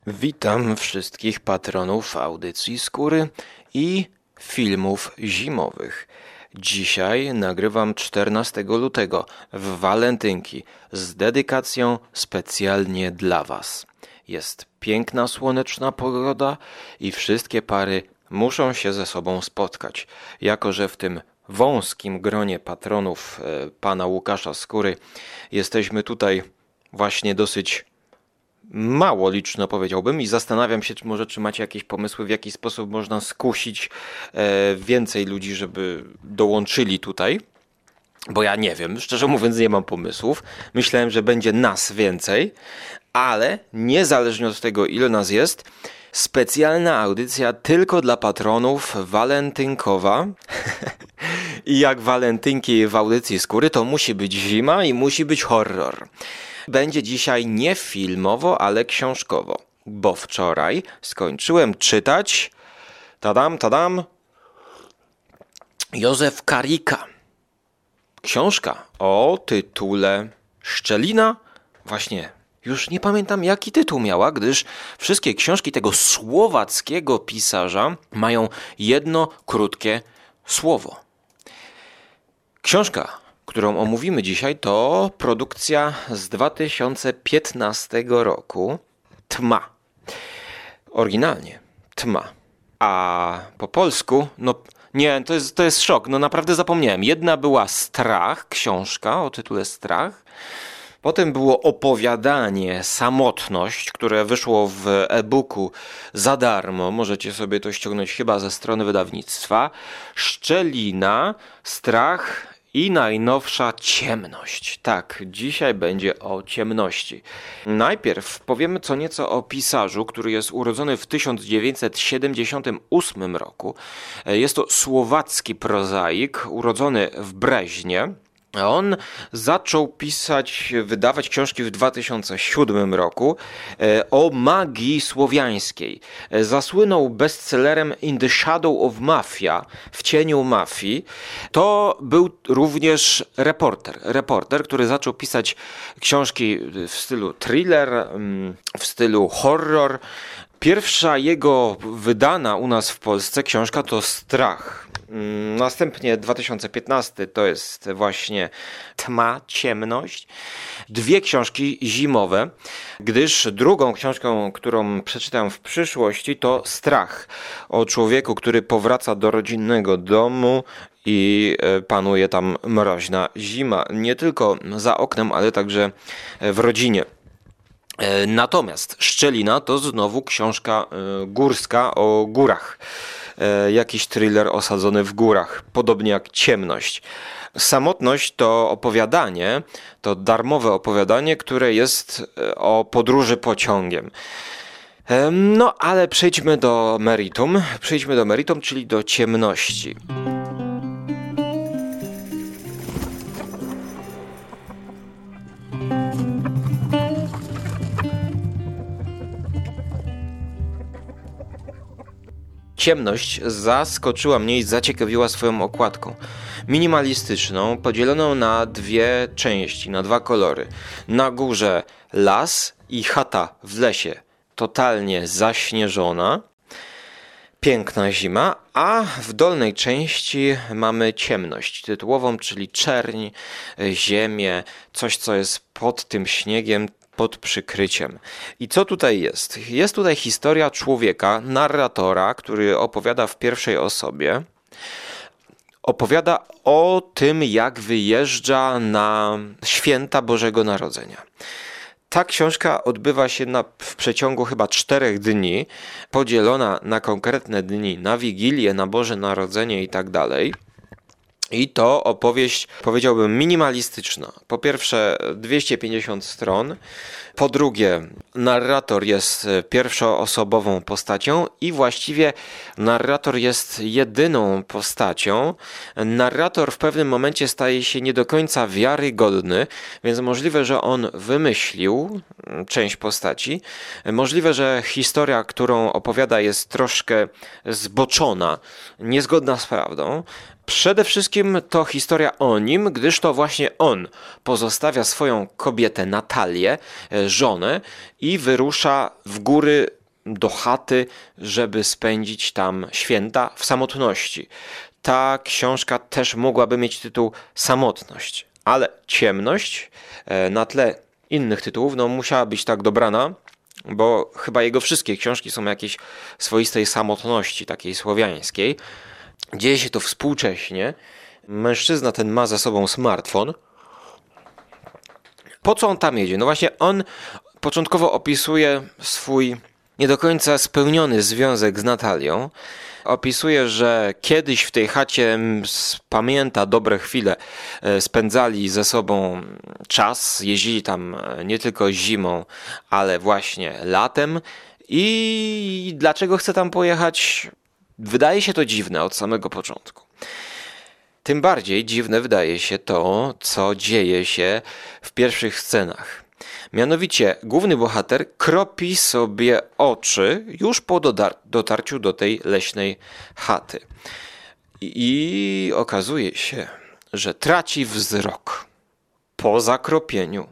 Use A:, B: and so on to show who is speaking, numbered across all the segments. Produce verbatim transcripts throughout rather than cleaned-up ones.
A: Witam wszystkich patronów audycji Skóry i filmów zimowych. Dzisiaj nagrywam czternastego lutego w walentynki z dedykacją specjalnie dla Was. Jest piękna, słoneczna pogoda i wszystkie pary muszą się ze sobą spotkać. Jako że w tym wąskim gronie patronów e, pana Łukasza Skóry jesteśmy tutaj właśnie dosyć mało liczno, powiedziałbym, i zastanawiam się, czy może czy macie jakieś pomysły, w jaki sposób można skusić e, więcej ludzi, żeby dołączyli tutaj, bo ja nie wiem, szczerze mówiąc nie mam pomysłów. Myślałem, że będzie nas więcej, ale niezależnie od tego, ile nas jest, specjalna audycja tylko dla patronów walentynkowa. I jak walentynki w audycji Skóry, to musi być zima i musi być horror. Będzie dzisiaj nie filmowo, ale książkowo, bo wczoraj skończyłem czytać, tadam, tadam, Józef Karika. Książka o tytule Szczelina, właśnie już nie pamiętam jaki tytuł miała, gdyż wszystkie książki tego słowackiego pisarza mają jedno krótkie słowo. Książka, którą omówimy dzisiaj, to produkcja z dwa tysiące piętnastego roku, Tma. Oryginalnie Tma. A po polsku, no nie, to jest, to jest szok, no naprawdę zapomniałem. Jedna była Strach, książka o tytule Strach. Potem było opowiadanie Samotność, które wyszło w e-booku za darmo. Możecie sobie to ściągnąć chyba ze strony wydawnictwa. Szczelina, Strach i najnowsza Ciemność. Tak, dzisiaj będzie o ciemności. Najpierw powiemy co nieco o pisarzu, który jest urodzony w tysiąc dziewięćset siedemdziesiątym ósmym roku. Jest to słowacki prozaik, urodzony w Breźnie. On zaczął pisać, wydawać książki w dwa tysiące siódmym roku o magii słowiańskiej. Zasłynął bestsellerem In the Shadow of Mafia, w cieniu mafii. To był również reporter, reporter, który zaczął pisać książki w stylu thriller, w stylu horror. Pierwsza jego wydana u nas w Polsce książka to Strach. Następnie dwa tysiące piętnasty to jest właśnie Tma, Ciemność. Dwie książki zimowe, gdyż drugą książką, którą przeczytam w przyszłości, to Strach. O człowieku, który powraca do rodzinnego domu i panuje tam mroźna zima. Nie tylko za oknem, ale także w rodzinie. Natomiast Szczelina to znowu książka górska o górach. Jakiś thriller osadzony w górach, podobnie jak Ciemność. Samotność to opowiadanie, to darmowe opowiadanie, które jest o podróży pociągiem. No ale przejdźmy do meritum, przejdźmy do meritum, czyli do Ciemności. Ciemność zaskoczyła mnie i zaciekawiła swoją okładką. Minimalistyczną, podzieloną na dwie części, na dwa kolory. Na górze las i chata w lesie, totalnie zaśnieżona. Piękna zima, a w dolnej części mamy ciemność tytułową, czyli czerń, ziemię, coś co jest pod tym śniegiem, pod przykryciem. I co tutaj jest? Jest tutaj historia człowieka, narratora, który opowiada w pierwszej osobie. Opowiada o tym, jak wyjeżdża na święta Bożego Narodzenia. Ta książka odbywa się na, w przeciągu chyba czterech dni, podzielona na konkretne dni, na Wigilię, na Boże Narodzenie i tak dalej. I to opowieść, powiedziałbym, minimalistyczna. Po pierwsze dwieście pięćdziesiąt stron, po drugie narrator jest pierwszoosobową postacią i właściwie narrator jest jedyną postacią. Narrator w pewnym momencie staje się nie do końca wiarygodny, więc możliwe, że on wymyślił część postaci. Możliwe, że historia, którą opowiada, jest troszkę zboczona, niezgodna z prawdą. Przede wszystkim to historia o nim, gdyż to właśnie on pozostawia swoją kobietę Natalię, żonę, i wyrusza w góry do chaty, żeby spędzić tam święta w samotności. Ta książka też mogłaby mieć tytuł Samotność, ale Ciemność na tle innych tytułów no, musiała być tak dobrana, bo chyba jego wszystkie książki są jakiejś swoistej samotności, takiej słowiańskiej. Dzieje się to współcześnie. Mężczyzna ten ma za sobą smartfon. Po co on tam jedzie? No właśnie on początkowo opisuje swój nie do końca spełniony związek z Natalią. Opisuje, że kiedyś w tej chacie pamięta dobre chwile, spędzali ze sobą czas, jeździli tam nie tylko zimą, ale właśnie latem. I dlaczego chce tam pojechać? Wydaje się to dziwne od samego początku. Tym bardziej dziwne wydaje się to, co dzieje się w pierwszych scenach. Mianowicie główny bohater kropi sobie oczy już po dodar- dotarciu do tej leśnej chaty. I okazuje się, że traci wzrok po zakropieniu.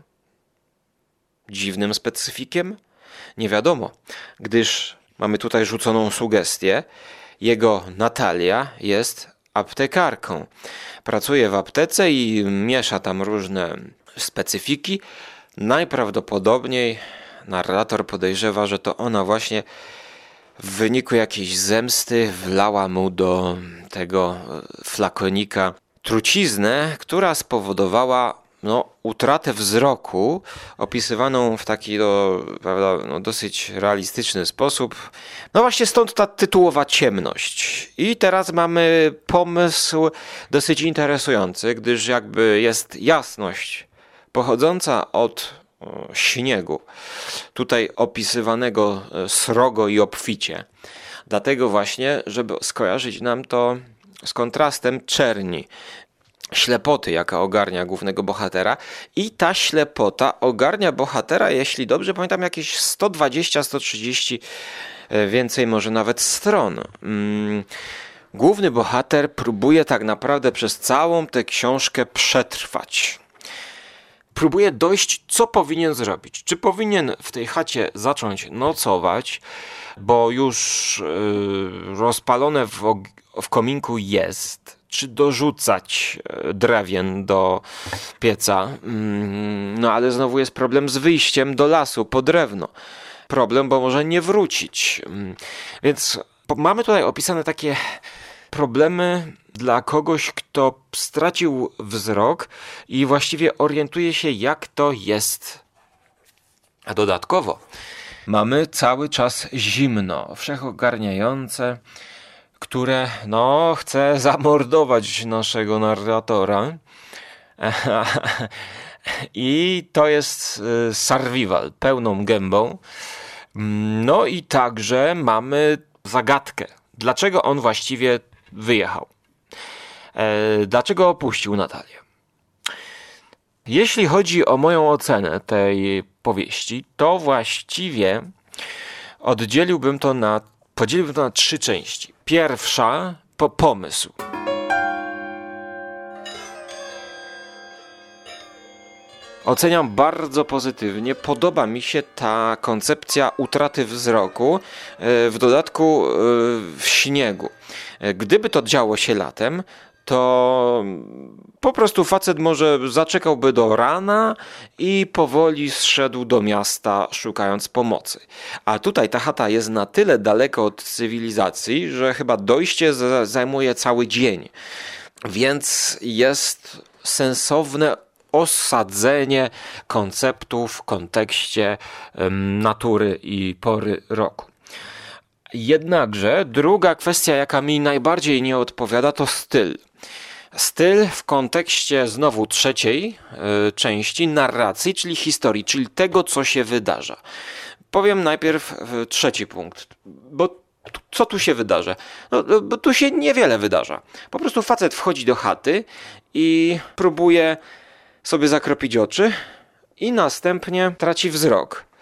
A: Dziwnym specyfikiem? Nie wiadomo, gdyż mamy tutaj rzuconą sugestię. Jego Natalia jest aptekarką. Pracuje w aptece i miesza tam różne specyfiki. Najprawdopodobniej narrator podejrzewa, że to ona właśnie w wyniku jakiejś zemsty wlała mu do tego flakonika truciznę, która spowodowała no, utratę wzroku, opisywaną w taki no, prawda, no, dosyć realistyczny sposób. No właśnie stąd ta tytułowa Ciemność. I teraz mamy pomysł dosyć interesujący, gdyż jakby jest jasność pochodząca od o, śniegu, tutaj opisywanego srogo i obficie. Dlatego właśnie, żeby skojarzyć nam to z kontrastem czerni, ślepoty, jaka ogarnia głównego bohatera, i ta ślepota ogarnia bohatera, jeśli dobrze pamiętam, jakieś sto dwadzieścia do stu trzydziestu więcej, może nawet stron. Mm. Główny bohater próbuje tak naprawdę przez całą tę książkę przetrwać. Próbuje dojść, co powinien zrobić. Czy powinien w tej chacie zacząć nocować, bo już yy, rozpalone w, og- w kominku jest, czy dorzucać drewien do pieca. No ale znowu jest problem z wyjściem do lasu po drewno. Problem, bo może nie wrócić. Więc mamy tutaj opisane takie problemy dla kogoś, kto stracił wzrok i właściwie orientuje się, jak to jest. A dodatkowo mamy cały czas zimno, wszechogarniające, które no, chce zamordować naszego narratora. I to jest survival pełną gębą. No i także mamy zagadkę. Dlaczego on właściwie wyjechał? Dlaczego opuścił Natalię? Jeśli chodzi o moją ocenę tej powieści, to właściwie oddzieliłbym to na, podzieliłbym to na trzy części. Pierwsza, po pomysł. Oceniam bardzo pozytywnie. Podoba mi się ta koncepcja utraty wzroku, w dodatku w śniegu. Gdyby to działo się latem, to po prostu facet może zaczekałby do rana i powoli zszedł do miasta, szukając pomocy. A tutaj ta chata jest na tyle daleko od cywilizacji, że chyba dojście zajmuje cały dzień. Więc jest sensowne osadzenie konceptu w kontekście natury i pory roku. Jednakże druga kwestia, jaka mi najbardziej nie odpowiada, to styl. Styl w kontekście znowu trzeciej y, części narracji, czyli historii, czyli tego, co się wydarza. Powiem najpierw y, trzeci punkt, bo co tu się wydarza? No, bo tu się niewiele wydarza. Po prostu facet wchodzi do chaty i próbuje sobie zakropić oczy i następnie traci wzrok.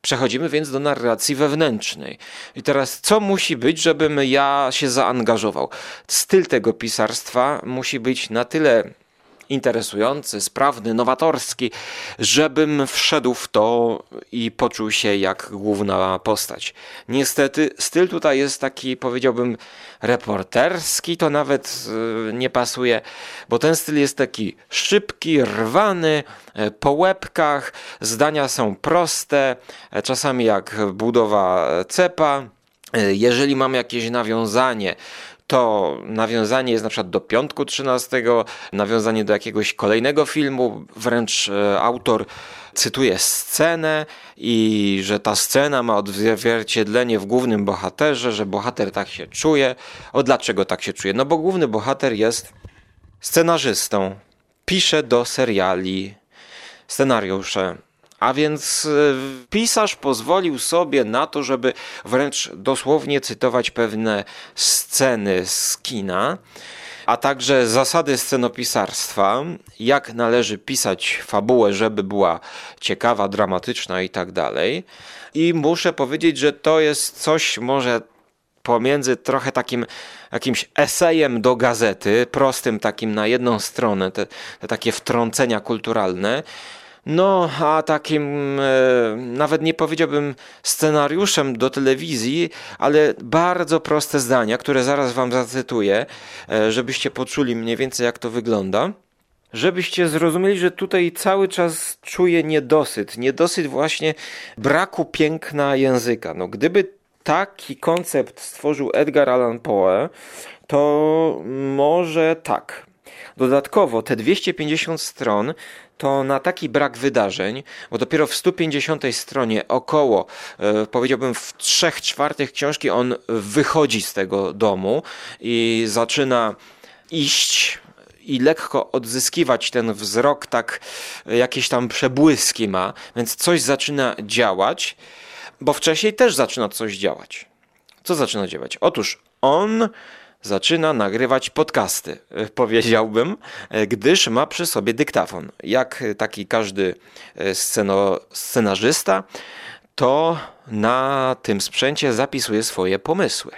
A: Przechodzimy więc do narracji wewnętrznej. I teraz co musi być, żebym ja się zaangażował? Styl tego pisarstwa musi być na tyle interesujący, sprawny, nowatorski, żebym wszedł w to i poczuł się jak główna postać. Niestety styl tutaj jest taki, powiedziałbym, reporterski, to nawet nie pasuje, bo ten styl jest taki szybki, rwany, po łebkach, zdania są proste, czasami jak budowa cepa. Jeżeli mam jakieś nawiązanie, to nawiązanie jest na przykład do Piątku trzynastego, nawiązanie do jakiegoś kolejnego filmu, wręcz autor cytuje scenę i że ta scena ma odzwierciedlenie w głównym bohaterze, że bohater tak się czuje. O, dlaczego tak się czuje? No bo główny bohater jest scenarzystą, pisze do seriali scenariusze. A więc pisarz pozwolił sobie na to, żeby wręcz dosłownie cytować pewne sceny z kina, a także zasady scenopisarstwa, jak należy pisać fabułę, żeby była ciekawa, dramatyczna i tak dalej. I muszę powiedzieć, że to jest coś może pomiędzy trochę takim jakimś esejem do gazety, prostym takim na jedną stronę, te, te takie wtrącenia kulturalne, no, a takim e, nawet nie powiedziałbym scenariuszem do telewizji, ale bardzo proste zdania, które zaraz wam zacytuję, e, żebyście poczuli mniej więcej jak to wygląda. Żebyście zrozumieli, że tutaj cały czas czuję niedosyt, niedosyt właśnie braku piękna języka. No, gdyby taki koncept stworzył Edgar Allan Poe, to może tak. Dodatkowo te dwieście pięćdziesiąt stron to na taki brak wydarzeń, bo dopiero w stu pięćdziesiątej stronie około, e, powiedziałbym w trzech czwartych książki on wychodzi z tego domu i zaczyna iść i lekko odzyskiwać ten wzrok, tak jakieś tam przebłyski ma, więc coś zaczyna działać, bo wcześniej też zaczyna coś działać. Co zaczyna działać? Otóż on zaczyna nagrywać podcasty, powiedziałbym, gdyż ma przy sobie dyktafon. Jak taki każdy sceno, scenarzysta, to na tym sprzęcie zapisuje swoje pomysły.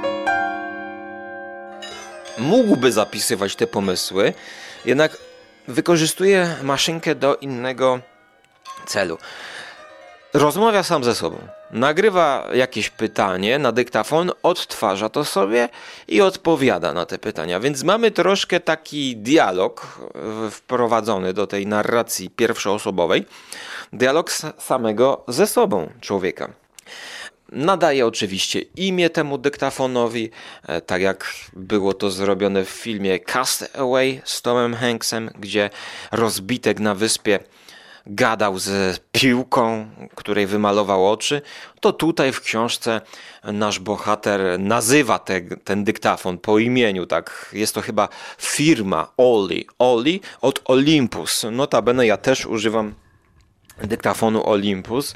A: Mógłby zapisywać te pomysły, jednak wykorzystuje maszynkę do innego celu. Rozmawia sam ze sobą. Nagrywa jakieś pytanie na dyktafon, odtwarza to sobie i odpowiada na te pytania. Więc mamy troszkę taki dialog wprowadzony do tej narracji pierwszoosobowej. Dialog samego ze sobą człowieka. Nadaje oczywiście imię temu dyktafonowi, tak jak było to zrobione w filmie Cast Away z Tomem Hanksem, gdzie rozbitek na wyspie gadał z piłką, której wymalował oczy, to tutaj w książce nasz bohater nazywa te, ten dyktafon po imieniu, tak, jest to chyba firma Oli, Oli od Olympus. Notabene ja też używam dyktafonu Olympus.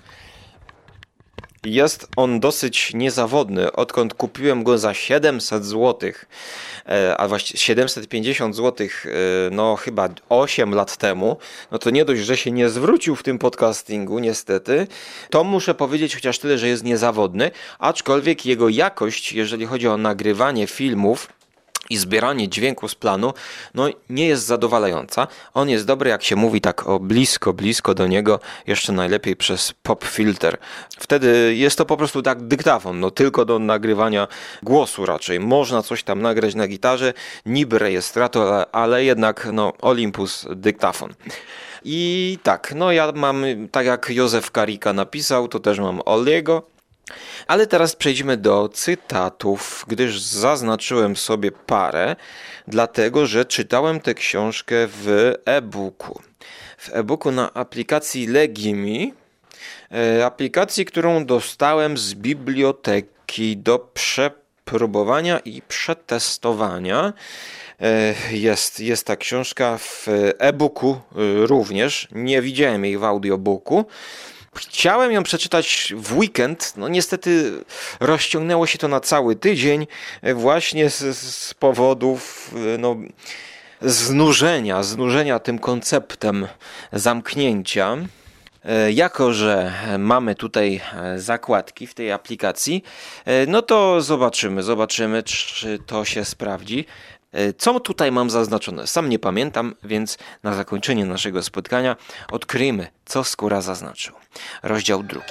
A: Jest on dosyć niezawodny, odkąd kupiłem go za siedemset złotych, a właściwie siedemset pięćdziesiąt złotych, no chyba osiem lat temu, no to nie dość, że się nie zwrócił w tym podcastingu niestety, to muszę powiedzieć chociaż tyle, że jest niezawodny, aczkolwiek jego jakość, jeżeli chodzi o nagrywanie filmów i zbieranie dźwięku z planu, no nie jest zadowalająca. On jest dobry, jak się mówi tak o blisko, blisko do niego, jeszcze najlepiej przez pop filter. Wtedy jest to po prostu tak dyktafon, no tylko do nagrywania głosu raczej. Można coś tam nagrać na gitarze, niby rejestrator, ale, ale jednak no Olympus dyktafon. I tak, no ja mam, tak jak Józef Karika napisał, to też mam Oliego. Ale teraz przejdźmy do cytatów, gdyż zaznaczyłem sobie parę, dlatego że czytałem tę książkę w e-booku. W e-booku na aplikacji Legimi, aplikacji, którą dostałem z biblioteki do przepróbowania i przetestowania. Jest, jest ta książka w e-booku również, nie widziałem jej w audiobooku. Chciałem ją przeczytać w weekend, no niestety rozciągnęło się to na cały tydzień właśnie z, z powodów no, znużenia, znużenia tym konceptem zamknięcia. Jako że mamy tutaj zakładki w tej aplikacji, no to zobaczymy, zobaczymy, czy to się sprawdzi. Co tutaj mam zaznaczone? Sam nie pamiętam, więc na zakończenie naszego spotkania odkryjmy, co Skóra zaznaczył. Rozdział drugi.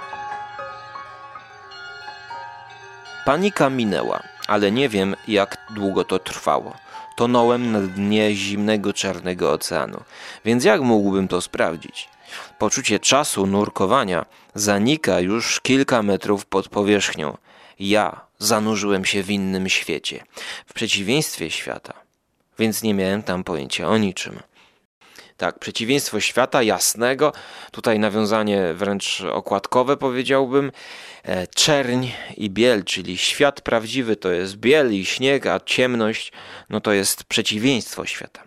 A: Panika minęła, ale nie wiem, jak długo to trwało. Tonąłem na dnie zimnego czarnego oceanu, więc jak mógłbym to sprawdzić? Poczucie czasu nurkowania zanika już kilka metrów pod powierzchnią. Ja zanurzyłem się w innym świecie, w przeciwieństwie świata, więc nie miałem tam pojęcia o niczym. Tak, przeciwieństwo świata jasnego, tutaj nawiązanie wręcz okładkowe powiedziałbym, e, czerń i biel, czyli świat prawdziwy to jest biel i śnieg, a ciemność no to jest przeciwieństwo świata.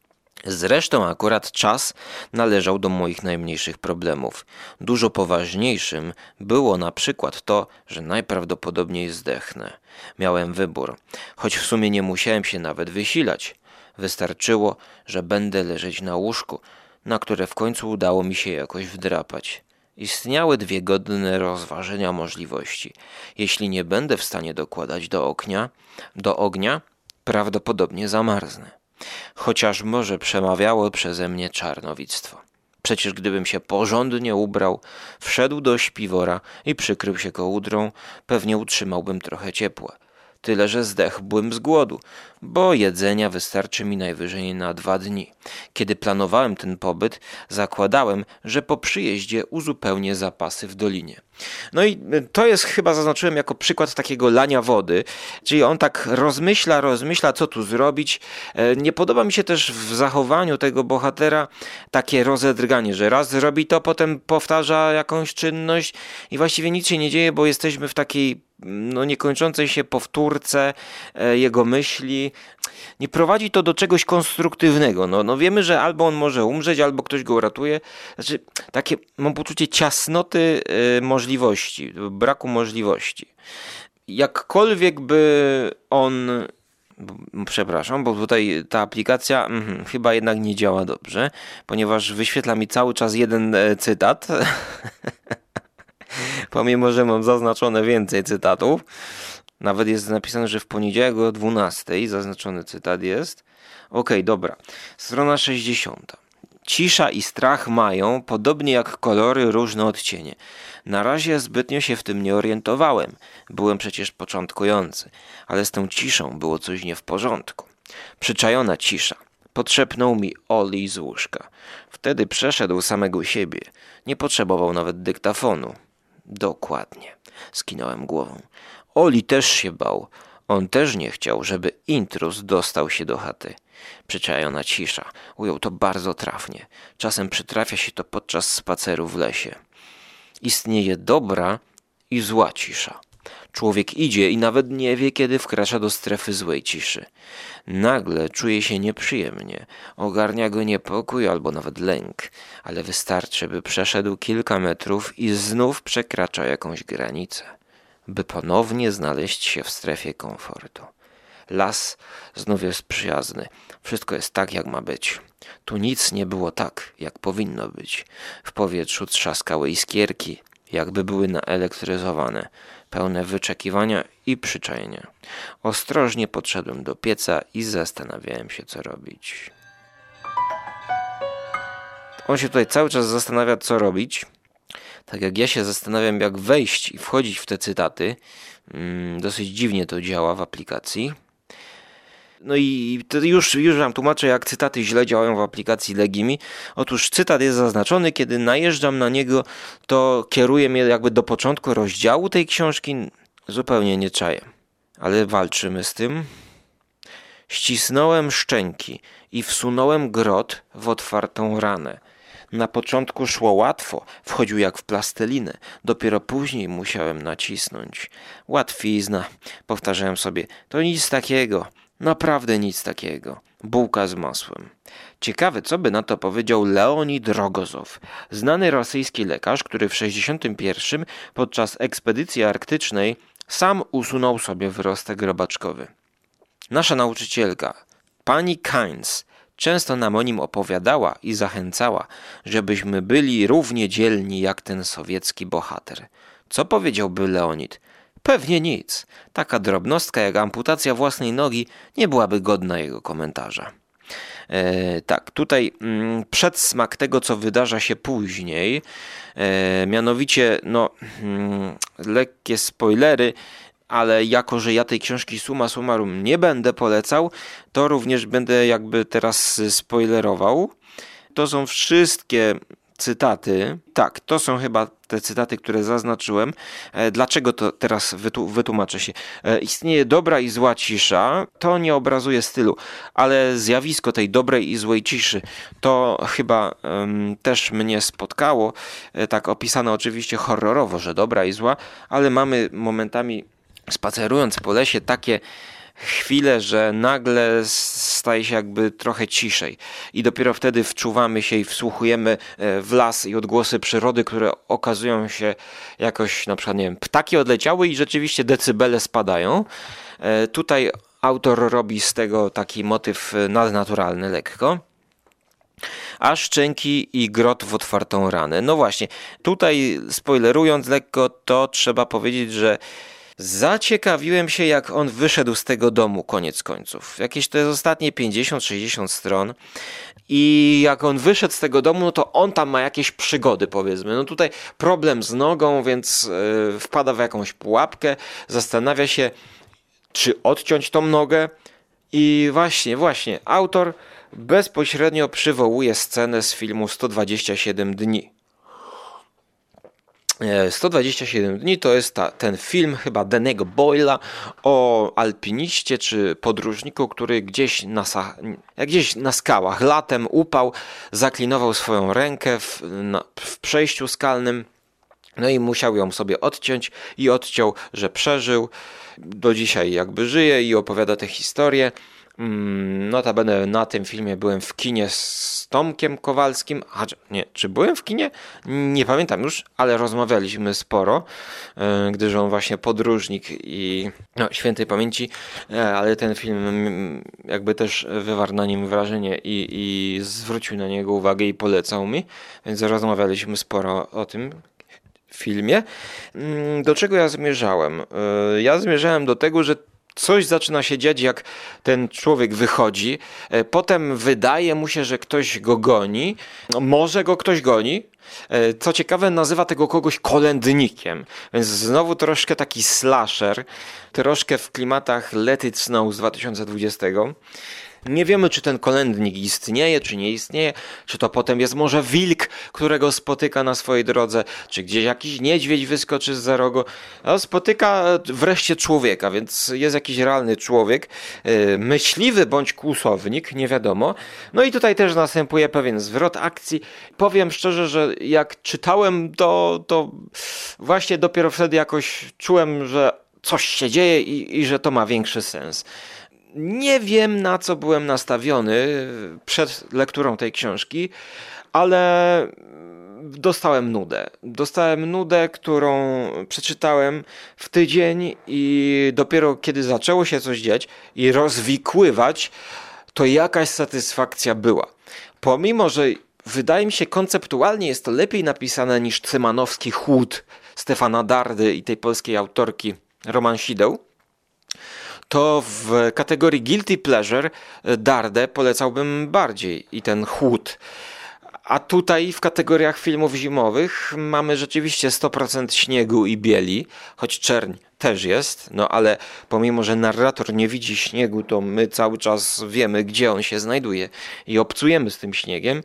A: Zresztą akurat czas należał do moich najmniejszych problemów. Dużo poważniejszym było na przykład to, że najprawdopodobniej zdechnę. Miałem wybór, choć w sumie nie musiałem się nawet wysilać. Wystarczyło, że będę leżeć na łóżku, na które w końcu udało mi się jakoś wdrapać. Istniały dwie godne rozważenia możliwości. Jeśli nie będę w stanie dokładać do ognia, do ognia, prawdopodobnie zamarznę. Chociaż może przemawiało przeze mnie czarnowictwo. Przecież gdybym się porządnie ubrał, wszedł do śpiwora i przykrył się kołdrą, pewnie utrzymałbym trochę ciepła. Tyle, że zdechłbym z głodu, bo jedzenia wystarczy mi najwyżej na dwa dni. Kiedy planowałem ten pobyt, zakładałem, że po przyjeździe uzupełnię zapasy w dolinie. No i to jest chyba zaznaczyłem jako przykład takiego lania wody, czyli on tak rozmyśla, rozmyśla, co tu zrobić. Nie podoba mi się też w zachowaniu tego bohatera takie rozedrganie, że raz zrobi to, potem powtarza jakąś czynność i właściwie nic się nie dzieje, bo jesteśmy w takiej no, niekończącej się powtórce jego myśli. Nie prowadzi to do czegoś konstruktywnego. No, no wiemy, że albo on może umrzeć, albo ktoś go uratuje. Znaczy, takie mam poczucie ciasnoty y, możliwości, braku możliwości. Jakkolwiek by on... Przepraszam, bo tutaj ta aplikacja mm, chyba jednak nie działa dobrze, ponieważ wyświetla mi cały czas jeden e, cytat. Pomimo, że mam zaznaczone więcej cytatów. Nawet jest napisane, że w poniedziałek o dwunastej zaznaczony cytat jest. Okej, dobra. Strona sześćdziesiąta. Cisza i strach mają, podobnie jak kolory, różne odcienie. Na razie zbytnio się w tym nie orientowałem. Byłem przecież początkujący, ale z tą ciszą było coś nie w porządku. Przyczajona cisza. Podszepnął mi Oli z łóżka. Wtedy przeszedł samego siebie. Nie potrzebował nawet dyktafonu. Dokładnie. Skinąłem głową. Oli też się bał. On też nie chciał, żeby intruz dostał się do chaty. Przyczajona cisza. Ujął to bardzo trafnie. Czasem przytrafia się to podczas spaceru w lesie. Istnieje dobra i zła cisza. Człowiek idzie i nawet nie wie, kiedy wkracza do strefy złej ciszy. Nagle czuje się nieprzyjemnie. Ogarnia go niepokój albo nawet lęk. Ale wystarczy, by przeszedł kilka metrów i znów przekracza jakąś granicę, by ponownie znaleźć się w strefie komfortu. Las znów jest przyjazny. Wszystko jest tak, jak ma być. Tu nic nie było tak, jak powinno być. W powietrzu trzaskały iskierki, jakby były naelektryzowane, pełne wyczekiwania i przyczajenia. Ostrożnie podszedłem do pieca i zastanawiałem się, co robić. On się tutaj cały czas zastanawia, co robić. Tak jak ja się zastanawiam, jak wejść i wchodzić w te cytaty. Dosyć dziwnie to działa w aplikacji. No i to już, już wam tłumaczę, jak cytaty źle działają w aplikacji Legimi. Otóż cytat jest zaznaczony, kiedy najeżdżam na niego, to kieruje mnie jakby do początku rozdziału tej książki. Zupełnie nie czaję, ale walczymy z tym. Ścisnąłem szczęki i wsunąłem grot w otwartą ranę. Na początku szło łatwo, wchodził jak w plastelinę. Dopiero później musiałem nacisnąć. Łatwizna, powtarzałem sobie, to nic takiego. Naprawdę nic takiego. Bułka z masłem. Ciekawe, co by na to powiedział Leonid Rogozow, znany rosyjski lekarz, który w sześćdziesiątym pierwszym podczas ekspedycji arktycznej sam usunął sobie wyrostek robaczkowy. Nasza nauczycielka, pani Kainz, często nam o nim opowiadała i zachęcała, żebyśmy byli równie dzielni jak ten sowiecki bohater. Co powiedziałby Leonid? Pewnie nic. Taka drobnostka jak amputacja własnej nogi nie byłaby godna jego komentarza. E, tak, tutaj mm, przedsmak tego, co wydarza się później, e, mianowicie no, mm, lekkie spoilery, ale jako, że ja tej książki summa summarum nie będę polecał, to również będę jakby teraz spoilerował. To są wszystkie cytaty. Tak, to są chyba te cytaty, które zaznaczyłem. Dlaczego to teraz wytłumaczę się? Istnieje dobra i zła cisza. To nie obrazuje stylu, ale zjawisko tej dobrej i złej ciszy to chyba um, też mnie spotkało. Tak opisane oczywiście horrorowo, że dobra i zła, ale mamy momentami, spacerując po lesie, takie chwilę, że nagle staje się jakby trochę ciszej i dopiero wtedy wczuwamy się i wsłuchujemy w las i odgłosy przyrody, które okazują się jakoś, na przykład, nie wiem, ptaki odleciały i rzeczywiście decybele spadają. Tutaj autor robi z tego taki motyw nadnaturalny lekko. A szczęki i grot w otwartą ranę. No właśnie, tutaj spoilerując lekko, to trzeba powiedzieć, że zaciekawiłem się, jak on wyszedł z tego domu koniec końców. Jakieś to jest ostatnie pięćdziesiąt sześćdziesiąt stron i jak on wyszedł z tego domu, no to on tam ma jakieś przygody, powiedzmy. No tutaj problem z nogą, więc yy, wpada w jakąś pułapkę, zastanawia się, czy odciąć tą nogę i właśnie, właśnie, autor bezpośrednio przywołuje scenę z filmu sto dwadzieścia siedem dni. sto dwadzieścia siedem dni to jest ta, ten film chyba Danny'ego Boyla o alpiniście czy podróżniku, który gdzieś na, gdzieś na skałach latem upał, zaklinował swoją rękę w, na, w przejściu skalnym, no i musiał ją sobie odciąć i odciął, że przeżył. Do dzisiaj jakby żyje i opowiada tę historię. Notabene na tym filmie byłem w kinie z Tomkiem Kowalskim. A, nie, czy byłem w kinie? Nie pamiętam już, ale rozmawialiśmy sporo, gdyż on właśnie podróżnik i no, świętej pamięci, ale ten film jakby też wywarł na nim wrażenie i, i zwrócił na niego uwagę i polecał mi, więc rozmawialiśmy sporo o tym filmie. Do czego ja zmierzałem? Ja zmierzałem do tego, że coś zaczyna się dziać, jak ten człowiek wychodzi, potem wydaje mu się, że ktoś go goni, może go ktoś goni. Co ciekawe, nazywa tego kogoś kolędnikiem, więc znowu troszkę taki slasher, troszkę w klimatach Let It Snow z dwa tysiące dwudziestego. Nie wiemy, czy ten kolędnik istnieje, czy nie istnieje, czy to potem jest może wilk, którego spotyka na swojej drodze, czy gdzieś jakiś niedźwiedź wyskoczy zza rogu. No, spotyka wreszcie człowieka, więc jest jakiś realny człowiek, yy, myśliwy bądź kłusownik, nie wiadomo. No i tutaj też następuje pewien zwrot akcji. Powiem szczerze, że jak czytałem, to, to właśnie dopiero wtedy jakoś czułem, że coś się dzieje i, i że to ma większy sens. Nie wiem, na co byłem nastawiony przed lekturą tej książki, ale dostałem nudę. Dostałem nudę, którą przeczytałem w tydzień i dopiero kiedy zaczęło się coś dziać i rozwikływać, to jakaś satysfakcja była. Pomimo, że wydaje mi się, konceptualnie jest to lepiej napisane niż Cymanowski Chłód Stefana Dardy i tej polskiej autorki Roman Sideł, to w kategorii Guilty Pleasure Dardę polecałbym bardziej i ten Chłód. A tutaj w kategoriach filmów zimowych mamy rzeczywiście sto procent śniegu i bieli, choć czerń też jest, no ale pomimo, że narrator nie widzi śniegu, to my cały czas wiemy, gdzie on się znajduje i obcujemy z tym śniegiem.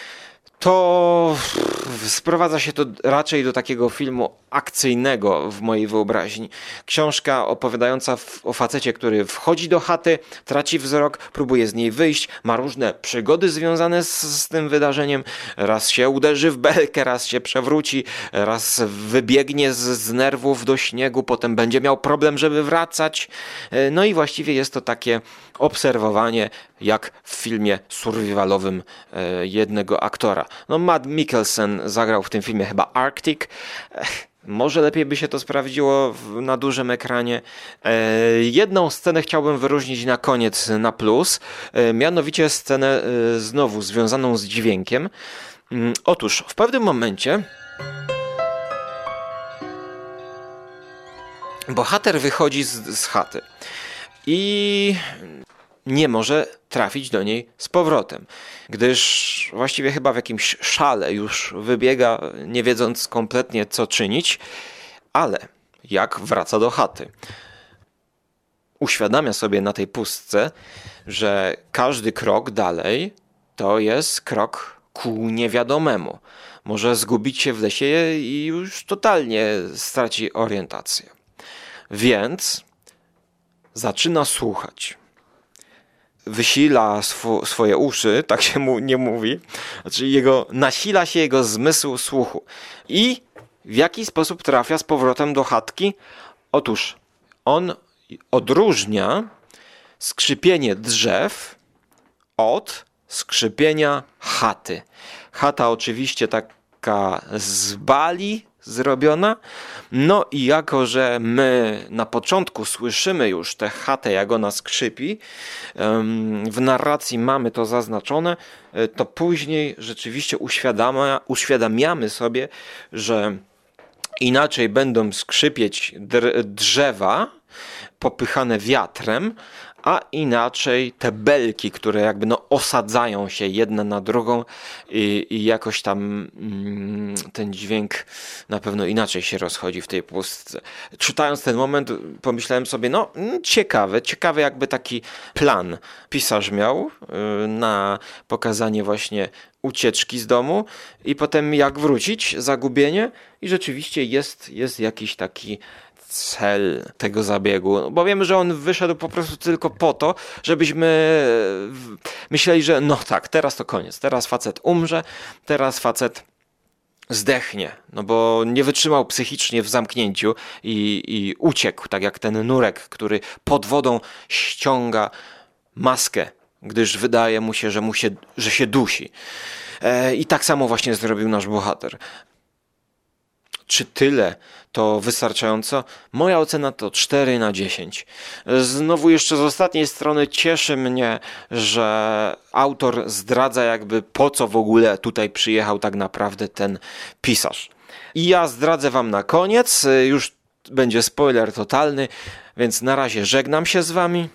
A: To sprowadza się to raczej do takiego filmu akcyjnego w mojej wyobraźni. Książka opowiadająca o facecie, który wchodzi do chaty, traci wzrok, próbuje z niej wyjść, ma różne przygody związane z, z tym wydarzeniem. Raz się uderzy w belkę, raz się przewróci, raz wybiegnie z, z nerwów do śniegu, potem będzie miał problem, żeby wracać. No i właściwie jest to takie obserwowanie, jak w filmie survivalowym jednego aktora. No Matt Mikkelsen zagrał w tym filmie chyba Arctic. Może lepiej by się to sprawdziło w, na dużym ekranie. E, jedną scenę chciałbym wyróżnić na koniec na plus, e, mianowicie scenę e, znowu związaną z dźwiękiem. E, otóż w pewnym momencie bohater wychodzi z, z chaty i nie może trafić do niej z powrotem, gdyż właściwie chyba w jakimś szale już wybiega, nie wiedząc kompletnie co czynić, ale jak wraca do chaty, uświadamia sobie na tej pustce, że każdy krok dalej to jest krok ku niewiadomemu. Może zgubić się w lesie i już totalnie straci orientację. Więc zaczyna słuchać. Wysila sw- swoje uszy, tak się mu nie mówi, znaczy jego, nasila się jego zmysł słuchu. I w jaki sposób trafia z powrotem do chatki? Otóż on odróżnia skrzypienie drzew od skrzypienia chaty. Chata oczywiście taka z bali zrobiona. No i jako, że my na początku słyszymy już tę chatę, jak ona skrzypi, w narracji mamy to zaznaczone, to później rzeczywiście uświadamia, uświadamiamy sobie, że inaczej będą skrzypieć drzewa popychane wiatrem, a inaczej te belki, które jakby no osadzają się jedna na drugą i, i jakoś tam mm, ten dźwięk na pewno inaczej się rozchodzi w tej pustce. Czytając ten moment pomyślałem sobie, no ciekawe, ciekawe jakby taki plan pisarz miał yy, na pokazanie właśnie ucieczki z domu i potem jak wrócić, zagubienie i rzeczywiście jest, jest jakiś taki cel tego zabiegu, bo wiemy, że on wyszedł po prostu tylko po to, żebyśmy myśleli, że no tak, teraz to koniec, teraz facet umrze, teraz facet zdechnie, no bo nie wytrzymał psychicznie w zamknięciu i, i uciekł, tak jak ten nurek, który pod wodą ściąga maskę, gdyż wydaje mu się, że, mu się, że się dusi. E, I tak samo właśnie zrobił nasz bohater. Czy tyle to wystarczająco? Moja ocena to cztery na dziesięć. Znowu jeszcze z ostatniej strony cieszy mnie, że autor zdradza jakby po co w ogóle tutaj przyjechał tak naprawdę ten pisarz. I ja zdradzę wam na koniec, już będzie spoiler totalny, więc na razie żegnam się z wami.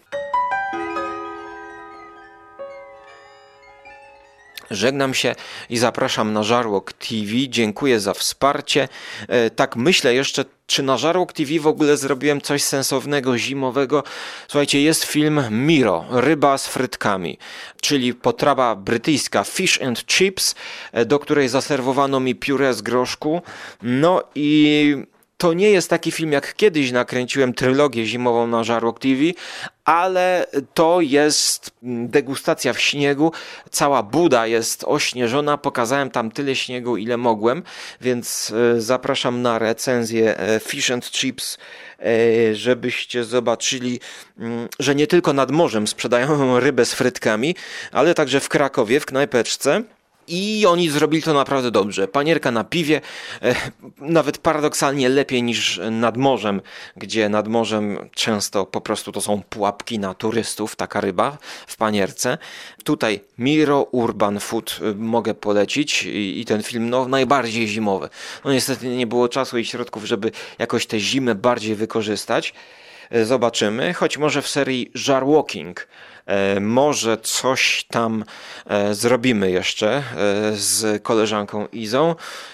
A: Żegnam się i zapraszam na Żarłok T V. Dziękuję za wsparcie. E, tak myślę jeszcze, czy na Żarłok T V w ogóle zrobiłem coś sensownego, zimowego. Słuchajcie, jest film Miro, ryba z frytkami, czyli potrawa brytyjska Fish and Chips, do której zaserwowano mi pióre z groszku. No i to nie jest taki film, jak kiedyś nakręciłem trylogię zimową na Żarłok T V, ale to jest degustacja w śniegu. Cała buda jest ośnieżona. Pokazałem tam tyle śniegu, ile mogłem, więc zapraszam na recenzję Fish and Chips, żebyście zobaczyli, że nie tylko nad morzem sprzedają rybę z frytkami, ale także w Krakowie, w knajpeczce. I oni zrobili to naprawdę dobrze. Panierka na piwie, e, nawet paradoksalnie lepiej niż nad morzem, gdzie nad morzem często po prostu to są pułapki na turystów, taka ryba w panierce. Tutaj Miro Urban Food mogę polecić i, i ten film no, najbardziej zimowy. No niestety nie było czasu i środków, żeby jakoś tę zimę bardziej wykorzystać. Zobaczymy, choć może w serii Żarłoking może coś tam zrobimy jeszcze z koleżanką Izą.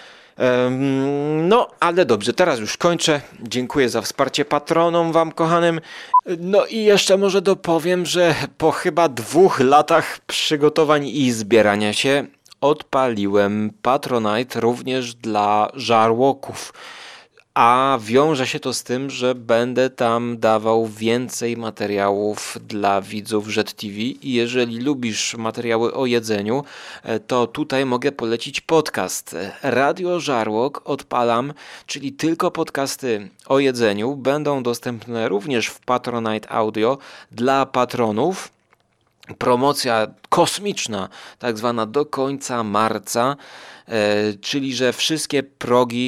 A: No, ale dobrze, teraz już kończę. Dziękuję za wsparcie patronom wam kochanym. No i jeszcze może dopowiem, że po chyba dwóch latach przygotowań i zbierania się odpaliłem Patronite również dla Żarłoków. A wiąże się to z tym, że będę tam dawał więcej materiałów dla widzów Żet T V i jeżeli lubisz materiały o jedzeniu, to tutaj mogę polecić podcast. Radio Żarłok odpalam, czyli tylko podcasty o jedzeniu będą dostępne również w Patronite Audio dla patronów. Promocja kosmiczna, tak zwana do końca marca, czyli że wszystkie progi,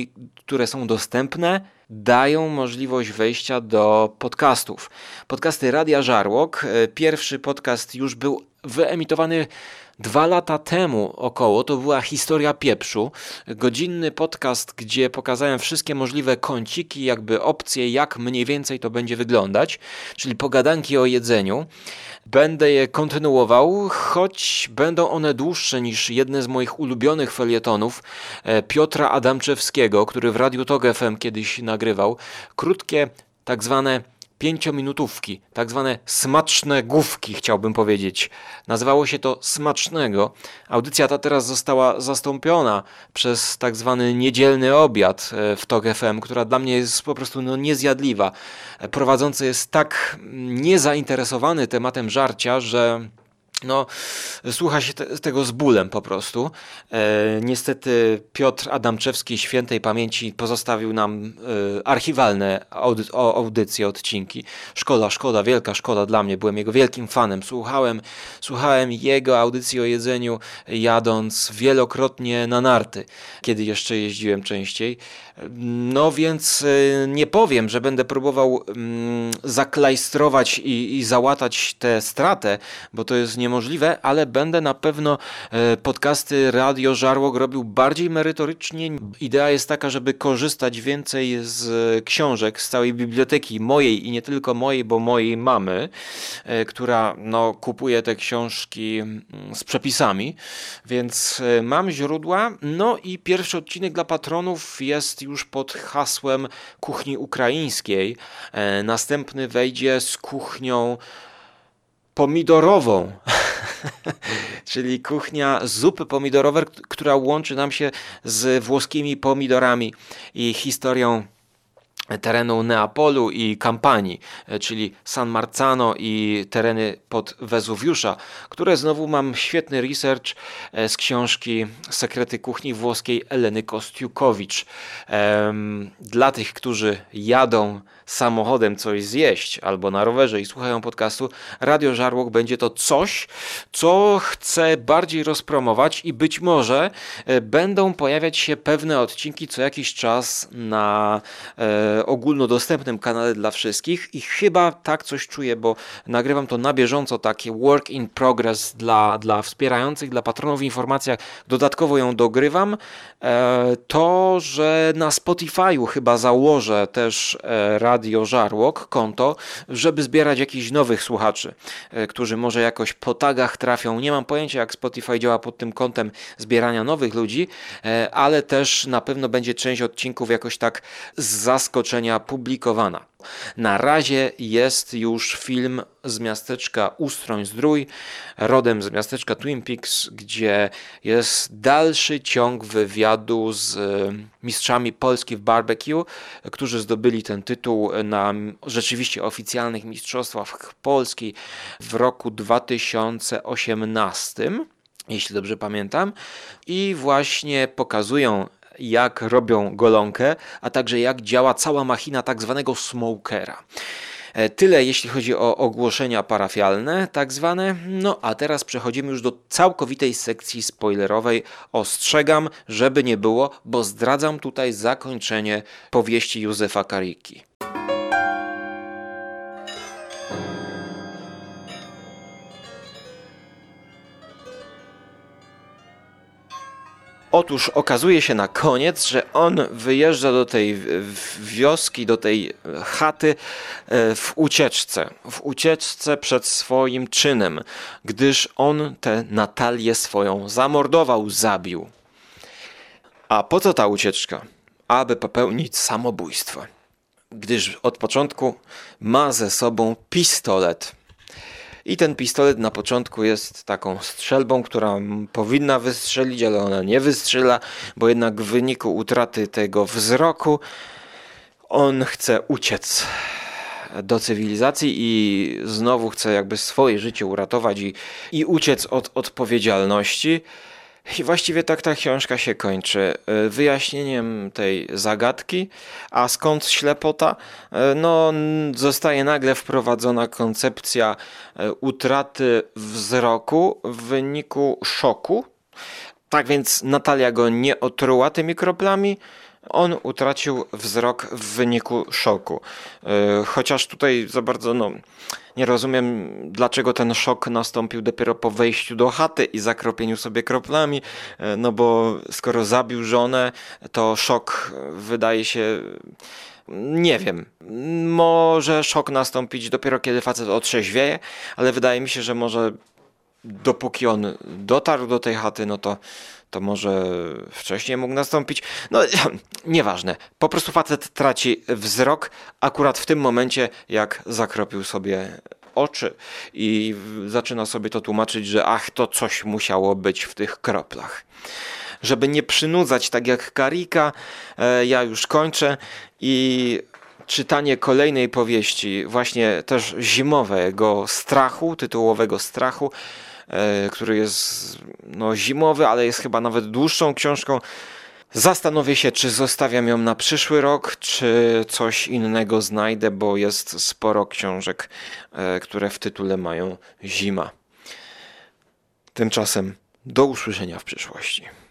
A: które są dostępne, dają możliwość wejścia do podcastów. Podcasty Radia Żarłok. Pierwszy podcast już był wyemitowany dwa lata temu około. To była Historia Pieprzu. Godzinny podcast, gdzie pokazałem wszystkie możliwe kąciki, jakby opcje, jak mniej więcej to będzie wyglądać, czyli pogadanki o jedzeniu. Będę je kontynuował, choć będą one dłuższe niż jedne z moich ulubionych felietonów Piotra Adamczewskiego, który w Radiu Tok F M kiedyś nagrywał. Krótkie, tak zwane pięciominutówki, tak zwane smaczne główki, chciałbym powiedzieć. Nazywało się to Smacznego. Audycja ta teraz została zastąpiona przez tak zwany niedzielny obiad w Tok F M, która dla mnie jest po prostu no, niezjadliwa. Prowadzący jest tak niezainteresowany tematem żarcia, że no, słucha się te, tego z bólem po prostu. E, niestety Piotr Adamczewski świętej pamięci pozostawił nam e, archiwalne audy, o, audycje, odcinki. Szkoda, szkoda, wielka szkoda dla mnie. Byłem jego wielkim fanem. Słuchałem, słuchałem jego audycji o jedzeniu, jadąc wielokrotnie na narty, kiedy jeszcze jeździłem częściej. No więc e, nie powiem, że będę próbował mm, zaklajstrować i, i załatać tę stratę, bo to jest nie niemożliwe, ale będę na pewno podcasty Radio Żarłok robił bardziej merytorycznie. Idea jest taka, żeby korzystać więcej z książek, z całej biblioteki mojej i nie tylko mojej, bo mojej mamy, która no, kupuje te książki z przepisami, więc mam źródła. No i pierwszy odcinek dla patronów jest już pod hasłem kuchni ukraińskiej. Następny wejdzie z kuchnią pomidorową, czyli kuchnia zupy pomidorowej, która łączy nam się z włoskimi pomidorami i historią terenu Neapolu i Kampanii, czyli San Marzano i tereny pod Wezuwiusza, które znowu mam świetny research z książki Sekrety kuchni włoskiej Eleny Kostiukowicz. Dla tych, którzy jadą samochodem coś zjeść albo na rowerze i słuchają podcastu, Radio Żarłok będzie to coś, co chcę bardziej rozpromować i być może będą pojawiać się pewne odcinki co jakiś czas na e, ogólnodostępnym kanale dla wszystkich i chyba tak coś czuję, bo nagrywam to na bieżąco, takie work in progress dla, dla wspierających, dla patronów w informacjach, dodatkowo ją dogrywam, e, to, że na Spotify'u chyba założę też e, Radio Żarłok konto, żeby zbierać jakichś nowych słuchaczy, e, którzy może jakoś po tagach trafią. Nie mam pojęcia, jak Spotify działa pod tym kątem zbierania nowych ludzi, e, ale też na pewno będzie część odcinków jakoś tak z zaskoczenia publikowana. Na razie jest już film z miasteczka Ustroń-Zdrój, rodem z miasteczka Twin Peaks, gdzie jest dalszy ciąg wywiadu z mistrzami Polski w barbecue, którzy zdobyli ten tytuł na rzeczywiście oficjalnych mistrzostwach Polski w roku dwa tysiące osiemnastym, jeśli dobrze pamiętam, i właśnie pokazują, jak robią golonkę, a także jak działa cała machina tak zwanego smokera. Tyle jeśli chodzi o ogłoszenia parafialne, tak zwane. No a teraz przechodzimy już do całkowitej sekcji spoilerowej. Ostrzegam, żeby nie było, bo zdradzam tutaj zakończenie powieści Józefa Kariki. Otóż okazuje się na koniec, że on wyjeżdża do tej wioski, do tej chaty w ucieczce. W ucieczce przed swoim czynem, gdyż on tę Natalię swoją zamordował, zabił. A po co ta ucieczka? Aby popełnić samobójstwo. Gdyż od początku ma ze sobą pistolet. I ten pistolet na początku jest taką strzelbą, która powinna wystrzelić, ale ona nie wystrzela, bo jednak w wyniku utraty tego wzroku on chce uciec do cywilizacji i znowu chce jakby swoje życie uratować i, i uciec od odpowiedzialności. I właściwie tak ta książka się kończy wyjaśnieniem tej zagadki, a skąd ślepota? No, zostaje nagle wprowadzona koncepcja utraty wzroku w wyniku szoku. Tak więc Natalia go nie otruła tymi kroplami, On utracił wzrok w wyniku szoku. Chociaż tutaj za bardzo no, nie rozumiem, dlaczego ten szok nastąpił dopiero po wejściu do chaty i zakropieniu sobie kroplami, no bo skoro zabił żonę, to szok wydaje się... Nie wiem, może szok nastąpić dopiero kiedy facet otrzeźwieje, ale wydaje mi się, że może dopóki on dotarł do tej chaty, no to, to może wcześniej mógł nastąpić. No nieważne, po prostu facet traci wzrok akurat w tym momencie, jak zakropił sobie oczy i zaczyna sobie to tłumaczyć, że ach, to coś musiało być w tych kroplach. Żeby nie przynudzać tak jak Karika, ja już kończę i czytanie kolejnej powieści, właśnie też zimowego strachu, tytułowego strachu, który jest no, zimowy, ale jest chyba nawet dłuższą książką. Zastanowię się, czy zostawiam ją na przyszły rok, czy coś innego znajdę, bo jest sporo książek, które w tytule mają zima. Tymczasem do usłyszenia w przyszłości.